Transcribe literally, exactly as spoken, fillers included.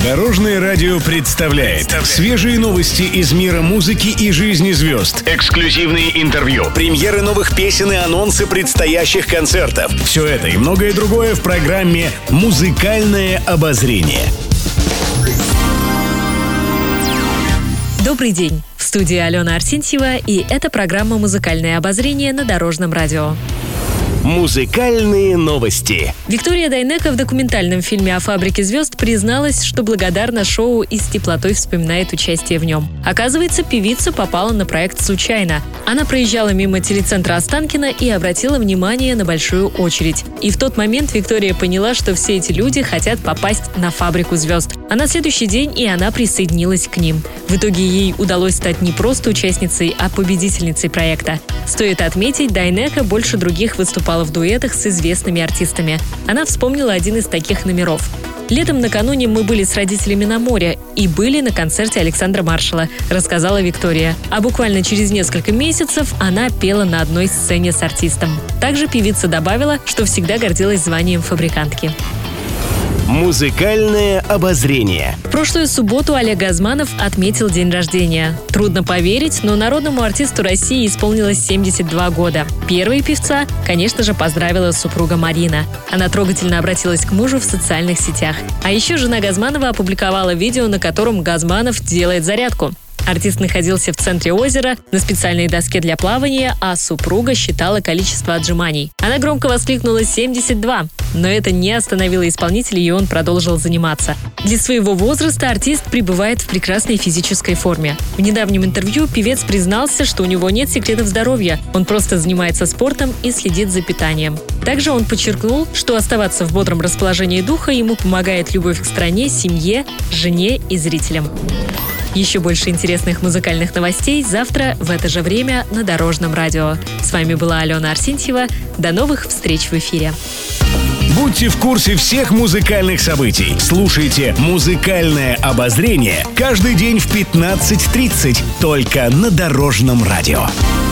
Дорожное радио представляет свежие новости из мира музыки и жизни звезд. Эксклюзивные интервью, премьеры новых песен и анонсы предстоящих концертов. Все это и многое другое в программе «Музыкальное обозрение». Добрый день! В студии Алена Арсентьева, и это программа «Музыкальное обозрение» на Дорожном радио. Музыкальные новости. Виктория Дайнеко в документальном фильме о фабрике звезд призналась, что благодарна шоу и с теплотой вспоминает участие в нем. Оказывается, певица попала на проект случайно. Она проезжала мимо телецентра Останкино и обратила внимание на большую очередь. И в тот момент Виктория поняла, что все эти люди хотят попасть на фабрику звезд. А на следующий день и она присоединилась к ним. В итоге ей удалось стать не просто участницей, а победительницей проекта. Стоит отметить, Дайнеко больше других выступала в дуэтах с известными артистами. Она вспомнила один из таких номеров. «Летом накануне мы были с родителями на море и были на концерте Александра Маршала», рассказала Виктория. А буквально через несколько месяцев она пела на одной сцене с артистом. Также певица добавила, что всегда гордилась званием фабрикантки. Музыкальное обозрение. В прошлую субботу Олег Газманов отметил день рождения. Трудно поверить, но народному артисту России исполнилось семьдесят два года. Первой певца, конечно же, поздравила супруга Марина. Она трогательно обратилась к мужу в социальных сетях. А еще жена Газманова опубликовала видео, на котором Газманов делает зарядку. Артист находился в центре озера на специальной доске для плавания, а супруга считала количество отжиманий. Она громко воскликнула «семьдесят два», но это не остановило исполнителя, и он продолжил заниматься. Для своего возраста артист пребывает в прекрасной физической форме. В недавнем интервью певец признался, что у него нет секретов здоровья, он просто занимается спортом и следит за питанием. Также он подчеркнул, что оставаться в бодром расположении духа ему помогает любовь к стране, семье, жене и зрителям. Еще больше интересных музыкальных новостей завтра в это же время на Дорожном радио. С вами была Алена Арсентьева. До новых встреч в эфире. Будьте в курсе всех музыкальных событий. Слушайте «Музыкальное обозрение» каждый день в пятнадцать тридцать только на Дорожном радио.